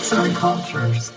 Arts and Cultures.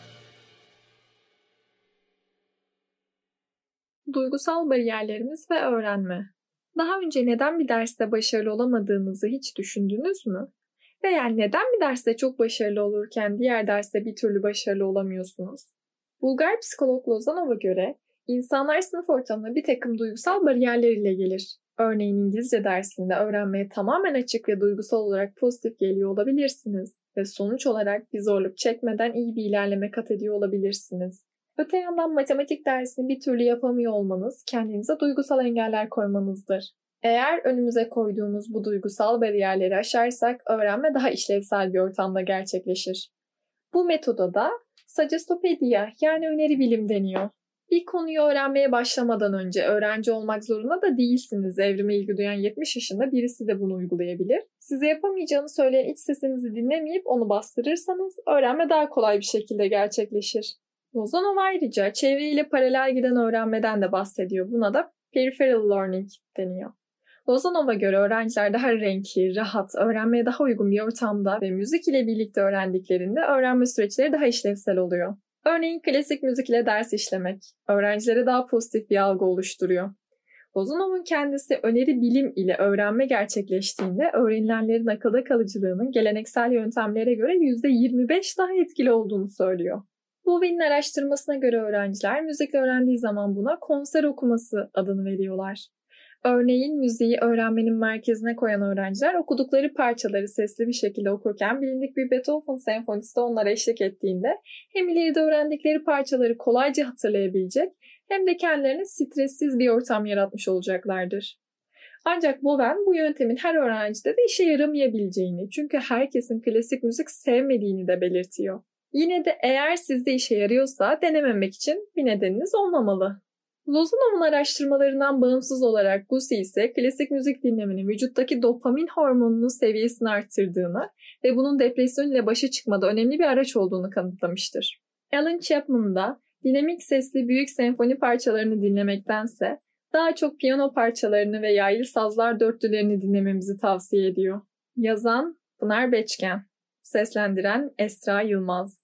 Duygusal bariyerlerimiz ve öğrenme. Daha önce neden bir derste başarılı olamadığınızı hiç düşündünüz mü? Veya neden bir derste çok başarılı olurken diğer derste bir türlü başarılı olamıyorsunuz? Bulgar psikolog Lozanov'a göre insanlar sınıf ortamına bir takım duygusal bariyerleriyle gelir. Örneğin İngilizce dersinde öğrenmeye tamamen açık ve duygusal olarak pozitif geliyor olabilirsiniz ve sonuç olarak bir zorluk çekmeden iyi bir ilerleme kat ediyor olabilirsiniz. Öte yandan matematik dersini bir türlü yapamıyor olmanız kendinize duygusal engeller koymanızdır. Eğer önümüze koyduğumuz bu duygusal bariyerleri aşarsak öğrenme daha işlevsel bir ortamda gerçekleşir. Bu metoda da Sagestopedya yani öneri bilim deniyor. Bir konuyu öğrenmeye başlamadan önce öğrenci olmak zorunda da değilsiniz. Evrime ilgi duyan 70 yaşında birisi de bunu uygulayabilir. Size yapamayacağını söyleyen iç sesinizi dinlemeyip onu bastırırsanız öğrenme daha kolay bir şekilde gerçekleşir. Lozanov ayrıca çevreyle paralel giden öğrenmeden de bahsediyor. Buna da peripheral learning deniyor. Lozanov'a göre öğrenciler daha renkli, rahat, öğrenmeye daha uygun bir ortamda ve müzik ile birlikte öğrendiklerinde öğrenme süreçleri daha işlevsel oluyor. Örneğin klasik müzik ile ders işlemek, öğrencilere daha pozitif bir algı oluşturuyor. Lozanov'un kendisi öneri bilim ile öğrenme gerçekleştiğinde öğrenilenlerin akılda kalıcılığının geleneksel yöntemlere göre %25 daha etkili olduğunu söylüyor. Bowie'nin araştırmasına göre öğrenciler müzik öğrendiği zaman buna konser okuması adını veriyorlar. Örneğin müziği öğrenmenin merkezine koyan öğrenciler okudukları parçaları sesli bir şekilde okurken bilindik bir Beethoven senfonisi de onlara eşlik ettiğinde hem ileride öğrendikleri parçaları kolayca hatırlayabilecek hem de kendilerine stressiz bir ortam yaratmış olacaklardır. Ancak Bowen bu yöntemin her öğrencide de işe yaramayabileceğini çünkü herkesin klasik müzik sevmediğini de belirtiyor. Yine de eğer sizde işe yarıyorsa denememek için bir nedeniniz olmamalı. Lozanov'un araştırmalarından bağımsız olarak Gusey ise klasik müzik dinlemenin vücuttaki dopamin hormonunun seviyesini arttırdığını ve bunun depresyon ile başa çıkmada önemli bir araç olduğunu kanıtlamıştır. Alan Chapman da dinamik sesli büyük senfoni parçalarını dinlemektense daha çok piyano parçalarını ve yaylı sazlar dörtlülerini dinlememizi tavsiye ediyor. Yazan Pınar Beçken, seslendiren Esra Yılmaz.